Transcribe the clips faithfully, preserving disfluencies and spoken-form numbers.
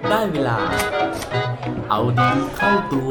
ได้เวลาเอาดีเข้าตัว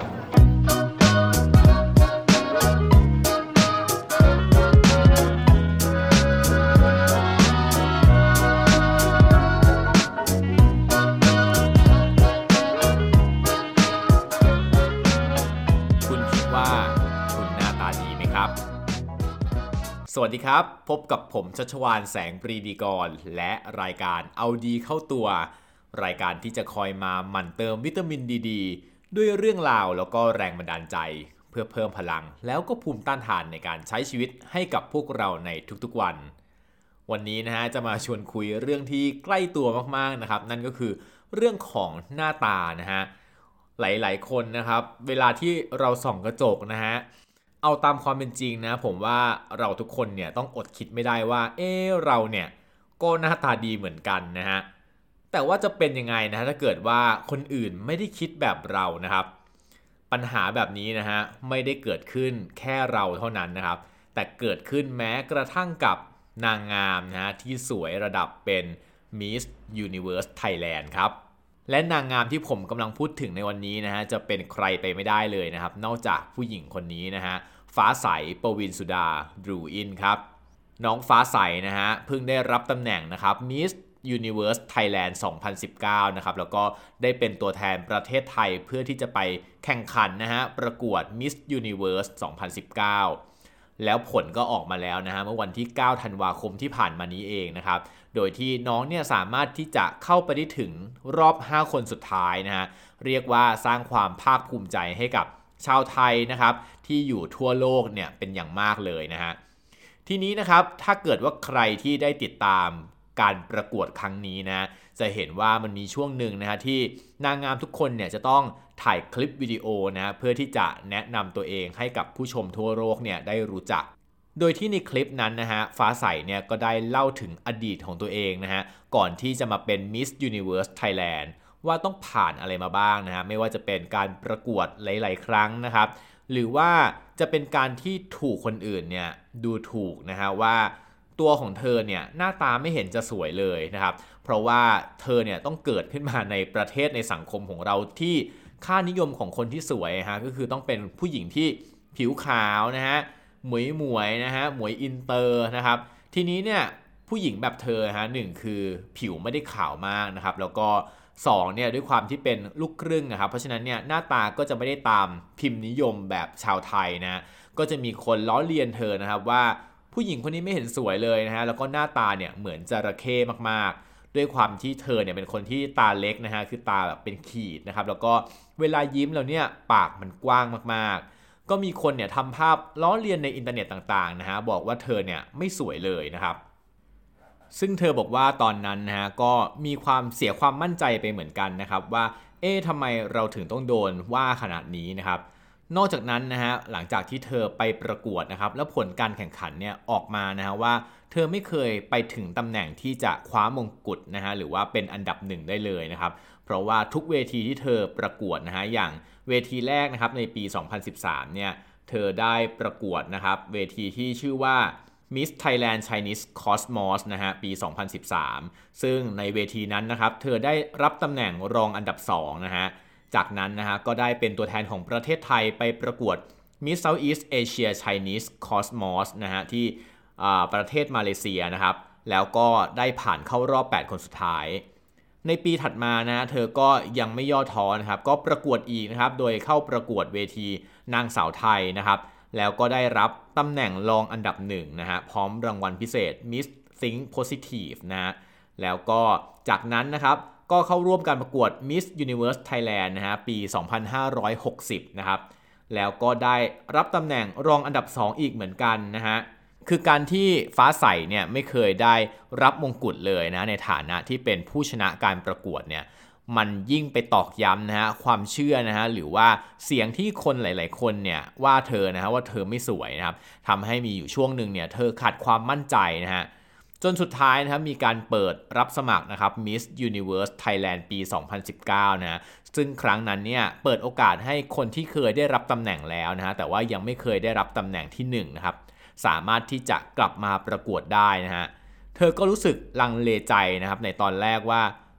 คุณคิดว่าคุณหน้าตาดีไหมครับสวัสดีครับพบกับผมชัชวาลแสงปรีดีกรและรายการเอาดีเข้าตัวรายการที่จะคอยมาหมั่นเติมวิตามินดีดด้วยเรื่องราวแล้วก็แรงบันดาลใจเพื่อเพิ่มพลังแล้วก็ภูมิต้านทานในการใช้ชีวิตให้กับพวกเราในทุกๆวันวันนี้นะฮะจะมาชวนคุยเรื่องที่ใกล้ตัวมากๆนะครับนั่นก็คือเรื่องของหน้าตานะฮะหลายๆคนนะครับเวลาที่เราส่องกระจกนะฮะเอาตามความเป็นจริงนะผมว่าเราทุกคนเนี่ยต้องอดคิดไม่ได้ว่าเออเราเนี่ยก็หน้าตาดีเหมือนกันนะฮะแต่ว่าจะเป็นยังไงนะถ้าเกิดว่าคนอื่นไม่ได้คิดแบบเรานะครับปัญหาแบบนี้นะฮะไม่ได้เกิดขึ้นแค่เราเท่านั้นนะครับแต่เกิดขึ้นแม้กระทั่งกับนางงามนะฮะที่สวยระดับเป็น Miss Universe Thailand ครับและนางงามที่ผมกำลังพูดถึงในวันนี้นะฮะจะเป็นใครไปไม่ได้เลยนะครับนอกจากผู้หญิงคนนี้นะฮะฟ้าใสปวินสุดาดรูอินครับน้องฟ้าใสนะฮะเพิ่งได้รับตำแหน่งนะครับ Miss Universe Thailand สองพันสิบเก้านะครับแล้วก็ได้เป็นตัวแทนประเทศไทยเพื่อที่จะไปแข่งขันนะฮะประกวด Miss Universe สองพันสิบเก้าแล้วผลก็ออกมาแล้วนะฮะเมื่อวันที่เก้าธันวาคมที่ผ่านมานี้เองนะครับโดยที่น้องเนี่ยสามารถที่จะเข้าไปได้ถึงรอบห้าคนสุดท้ายนะฮะเรียกว่าสร้างความภาคภูมิใจให้กับชาวไทยนะครับที่อยู่ทั่วโลกเนี่ยเป็นอย่างมากเลยนะฮะทีนี้นะครับถ้าเกิดว่าใครที่ได้ติดตามการประกวดครั้งนี้นะจะเห็นว่ามันมีช่วงหนึ่งนะฮะที่นางงามทุกคนเนี่ยจะต้องถ่ายคลิปวิดีโอนะเพื่อที่จะแนะนำตัวเองให้กับผู้ชมทั่วโลกเนี่ยได้รู้จักโดยที่ในคลิปนั้นนะฮะฟ้าใสเนี่ยก็ได้เล่าถึงอดีตของตัวเองนะฮะก่อนที่จะมาเป็น Miss Universe Thailand ว่าต้องผ่านอะไรมาบ้างนะฮะไม่ว่าจะเป็นการประกวดหลายๆครั้งนะครับหรือว่าจะเป็นการที่ถูกคนอื่นเนี่ยดูถูกนะฮะว่าตัวของเธอเนี่ยหน้าตาไม่เห็นจะสวยเลยนะครับเพราะว่าเธอเนี่ยต้องเกิดขึ้นมาในประเทศในสังคมของเราที่ค่านิยมของคนที่สวยฮะก็คือต้องเป็นผู้หญิงที่ผิวขาวนะฮะหมวยหมวยนะฮะหมวยอินเตอร์นะครับทีนี้เนี่ยผู้หญิงแบบเธอฮะหนึ่งคือผิวไม่ได้ขาวมากนะครับแล้วก็สองเนี่ยด้วยความที่เป็นลูกครึ่งนะครับเพราะฉะนั้นเนี่ยหน้าตาก็จะไม่ได้ตามพิมพ์นิยมแบบชาวไทยนะก็จะมีคนล้อเลียนเธอนะครับว่าผู้หญิงคนนี้ไม่เห็นสวยเลยนะฮะแล้วก็หน้าตาเนี่ยเหมือนจระเข้มากๆด้วยความที่เธอเนี่ยเป็นคนที่ตาเล็กนะฮะคือตาแบบเป็นขีดนะครับแล้วก็เวลายิ้มแล้วเนี่ยปากมันกว้างมากๆก็มีคนเนี่ยทำภาพล้อเลียนในอินเทอร์เน็ตต่างๆนะฮะบอกว่าเธอเนี่ยไม่สวยเลยนะครับซึ่งเธอบอกว่าตอนนั้นนะฮะก็มีความเสียความมั่นใจไปเหมือนกันนะครับว่าเอ๊ะทำไมเราถึงต้องโดนว่าขนาดนี้นะครับนอกจากนั้นนะฮะหลังจากที่เธอไปประกวดนะครับแล้วผลการแข่งขันเนี่ยออกมานะฮะว่าเธอไม่เคยไปถึงตำแหน่งที่จะคว้ามงกุฎนะฮะหรือว่าเป็นอันดับหนึ่งได้เลยนะครับเพราะว่าทุกเวทีที่เธอประกวดนะฮะอย่างเวทีแรกนะครับในปีสองพันสิบสามเนี่ยเธอได้ประกวดนะครับเวทีที่ชื่อว่า Miss Thailand Chinese Cosmos นะฮะปีสองพันสิบสามซึ่งในเวทีนั้นนะครับเธอได้รับตำแหน่งรองอันดับสองนะฮะจากนั้นนะฮะก็ได้เป็นตัวแทนของประเทศไทยไปประกวด Miss Southeast Asia Chinese Cosmos นะฮะที่ประเทศมาเลเซียนะครับแล้วก็ได้ผ่านเข้ารอบแปดคนสุดท้ายในปีถัดมานะเธอก็ยังไม่ย่อท้อนะครับก็ประกวดอีกนะครับโดยเข้าประกวดเวทีนางสาวไทยนะครับแล้วก็ได้รับตำแหน่งรองอันดับหนึ่งนะฮะพร้อมรางวัลพิเศษ Miss Think Positive นะฮะแล้วก็จากนั้นนะครับก็เข้าร่วมการประกวด Miss Universe Thailand นะฮะปีสองพันห้าร้อยหกสิบนะครับแล้วก็ได้รับตำแหน่งรองอันดับสองอีกเหมือนกันนะฮะคือการที่ฟ้าใสเนี่ยไม่เคยได้รับมงกุฎเลยนะในฐานะที่เป็นผู้ชนะการประกวดเนี่ยมันยิ่งไปตอกย้ำนะฮะความเชื่อนะฮะหรือว่าเสียงที่คนหลายๆคนเนี่ยว่าเธอนะฮะว่าเธอไม่สวยนะครับทำให้มีอยู่ช่วงหนึ่งเนี่ยเธอขาดความมั่นใจนะฮะจนสุดท้ายนะครับมีการเปิดรับสมัครนะครับ Miss Universe Thailand ปีสองพันสิบเก้านะฮะซึ่งครั้งนั้นเนี่ยเปิดโอกาสให้คนที่เคยได้รับตำแหน่งแล้วนะฮะแต่ว่ายังไม่เคยได้รับตำแหน่งที่หนึ่งนะครับสามารถที่จะกลับมาประกวดได้นะฮะเธอก็รู้สึกลังเลใจนะครับในตอนแรกว่า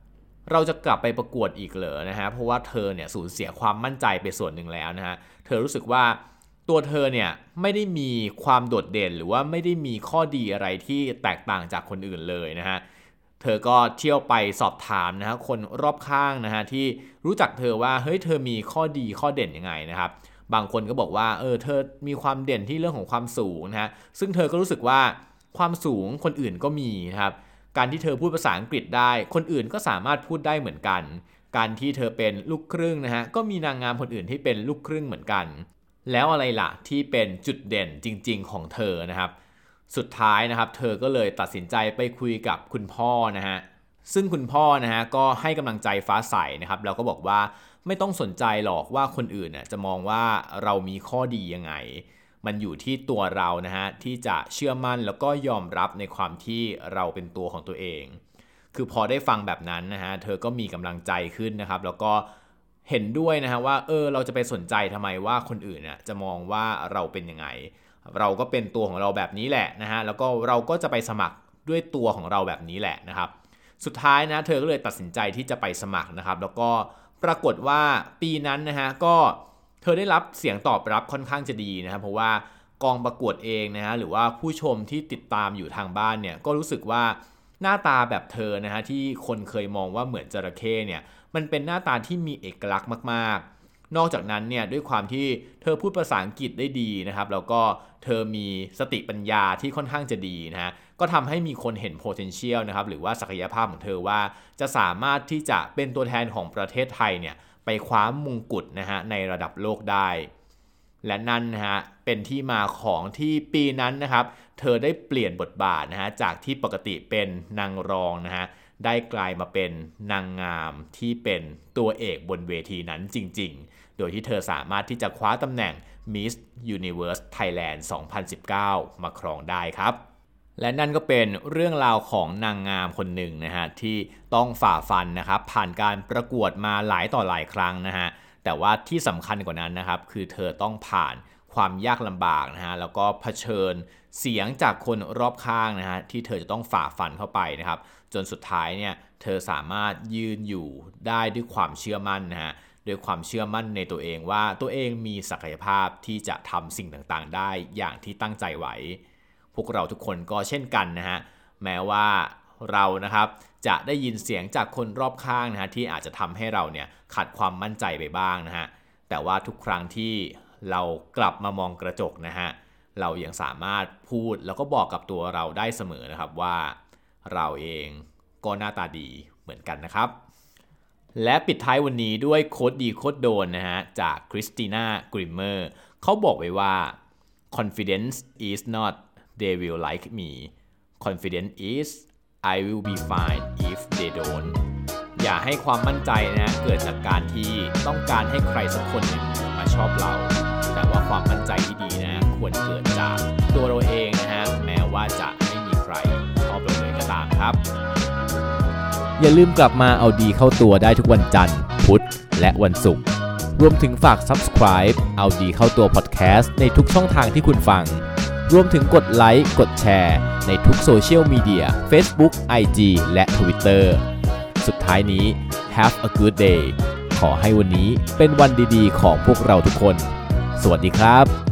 เราจะกลับไปประกวดอีกเหรอนะฮะเพราะว่าเธอเนี่ยสูญเสียความมั่นใจไปส่วนหนึ่งแล้วนะฮะเธอรู้สึกว่าตัวเธอเนี่ยไม่ได้มีความโดดเด่นหรือว่าไม่ได้มีข้อดีอะไรที่แตกต่างจากคนอื่นเลยนะฮะเธอก็เที่ยวไปสอบถามนะฮะคนรอบข้างนะฮะที่รู้จักเธอว่าเฮ้ยเธอมีข้อดีข้อเด่นยังไงนะครับบางคนก็บอกว่าเออเธอมีความเด่นที่เรื่องของความสูงนะฮะซึ่งเธอก็รู้สึกว่าความสูงคนอื่นก็มีนะครับการที่เธอพูดภาษาอังกฤษได้คนอื่นก็สามารถพูดได้เหมือนกันการที่เธอเป็นลูกครึ่งนะฮะก็มีนางงามคนอื่นที่เป็นลูกครึ่งเหมือนกันแล้วอะไรล่ะที่เป็นจุดเด่นจริงๆของเธอนะครับสุดท้ายนะครับเธอก็เลยตัดสินใจไปคุยกับคุณพ่อนะฮะซึ่งคุณพ่อนะฮะก็ให้กำลังใจฟ้าใสนะครับแล้วก็บอกว่าไม่ต้องสนใจหรอกว่าคนอื่นน่ะจะมองว่าเรามีข้อดียังไงมันอยู่ที่ตัวเรานะฮะที่จะเชื่อมั่นแล้วก็ยอมรับในความที่เราเป็นตัวของตัวเองคือพอได้ฟังแบบนั้นนะฮะเธอก็มีกำลังใจขึ้นนะครับแล้วก็เห็นด้วยนะฮะว่าเออเราจะไปสนใจทำไมว่าคนอื่นน่ะจะมองว่าเราเป็นยังไงเราก็เป็นตัวของเราแบบนี้แหละนะฮะแล้วก็เราก็จะไปสมัครด้วยตัวของเราแบบนี้แหละนะครับสุดท้ายนะเธอก็เลยตัดสินใจที่จะไปสมัครนะครับแล้วก็ปรากฏว่าปีนั้นนะฮะก็เธอได้รับเสียงตอบรับค่อนข้างจะดีนะครับเพราะว่ากองประกวดเองนะฮะหรือว่าผู้ชมที่ติดตามอยู่ทางบ้านเนี่ยก็รู้สึกว่าหน้าตาแบบเธอนะฮะที่คนเคยมองว่าเหมือนจระเข้เนี่ยมันเป็นหน้าตาที่มีเอกลักษณ์มากๆนอกจากนั้นเนี่ยด้วยความที่เธอพูดภาษาอังกฤษได้ดีนะครับแล้วก็เธอมีสติปัญญาที่ค่อนข้างจะดีนะฮะก็ทำให้มีคนเห็น potential นะครับหรือว่าศักยภาพของเธอว่าจะสามารถที่จะเป็นตัวแทนของประเทศไทยเนี่ยไปคว้ามงกุฎนะฮะในระดับโลกได้และนั่นนะฮะเป็นที่มาของที่ปีนั้นนะครับเธอได้เปลี่ยนบทบาทนะฮะจากที่ปกติเป็นนางรองนะฮะได้กลายมาเป็นนางงามที่เป็นตัวเอกบนเวทีนั้นจริงๆโดยที่เธอสามารถที่จะคว้าตำแหน่ง Miss Universe Thailand สองพันสิบเก้ามาครองได้ครับและนั่นก็เป็นเรื่องราวของนางงามคนหนึ่งนะฮะที่ต้องฝ่าฟันนะครับผ่านการประกวดมาหลายต่อหลายครั้งนะฮะแต่ว่าที่สำคัญกว่านั้นนะครับคือเธอต้องผ่านความยากลำบากนะฮะแล้วก็เผชิญเสียงจากคนรอบข้างนะฮะที่เธอจะต้องฝ่าฟันเข้าไปนะครับจนสุดท้ายเนี่ยเธอสามารถยืนอยู่ได้ด้วยความเชื่อมั่นนะฮะด้วยความเชื่อมั่นในตัวเองว่าตัวเองมีศักยภาพที่จะทำสิ่งต่างๆได้อย่างที่ตั้งใจไว้พวกเราทุกคนก็เช่นกันนะฮะแม้ว่าเรานะครับจะได้ยินเสียงจากคนรอบข้างนะฮะที่อาจจะทำให้เราเนี่ยขาดความมั่นใจไปบ้างนะฮะแต่ว่าทุกครั้งที่เรากลับมามองกระจกนะฮะเรายังสามารถพูดแล้วก็บอกกับตัวเราได้เสมอนะครับว่าเราเองก็หน้าตาดีเหมือนกันนะครับและปิดท้ายวันนี้ด้วยโค้ดดีโค้ดโดนนะฮะจากคริสติน่ากริมเมอร์เขาบอกไว้ว่า confidence is not they will like me confidence is I will be fine if they don't อย่าให้ความมั่นใจนะเกิดจากการที่ต้องการให้ใครสักคนหนึ่งมาชอบเราแต่ว่าความมั่นใจที่ดีนะควรเกิดจากตัวเราเองนะฮะแม้ว่าจะไม่มีใครชอบเราเลยก็ตามครับอย่าลืมกลับมาเอาดีเข้าตัวได้ทุกวันจันทร์พุธและวันศุกร์รวมถึงฝาก Subscribe เอาดีเข้าตัว Podcast ในทุกช่องทางที่คุณฟังรวมถึงกดไลค์กดแชร์ในทุกโซเชียลมีเดีย Facebook ไอ จี และ Twitter สุดท้ายนี้ Have a good day ขอให้วันนี้เป็นวันดีๆของพวกเราทุกคนสวัสดีครับ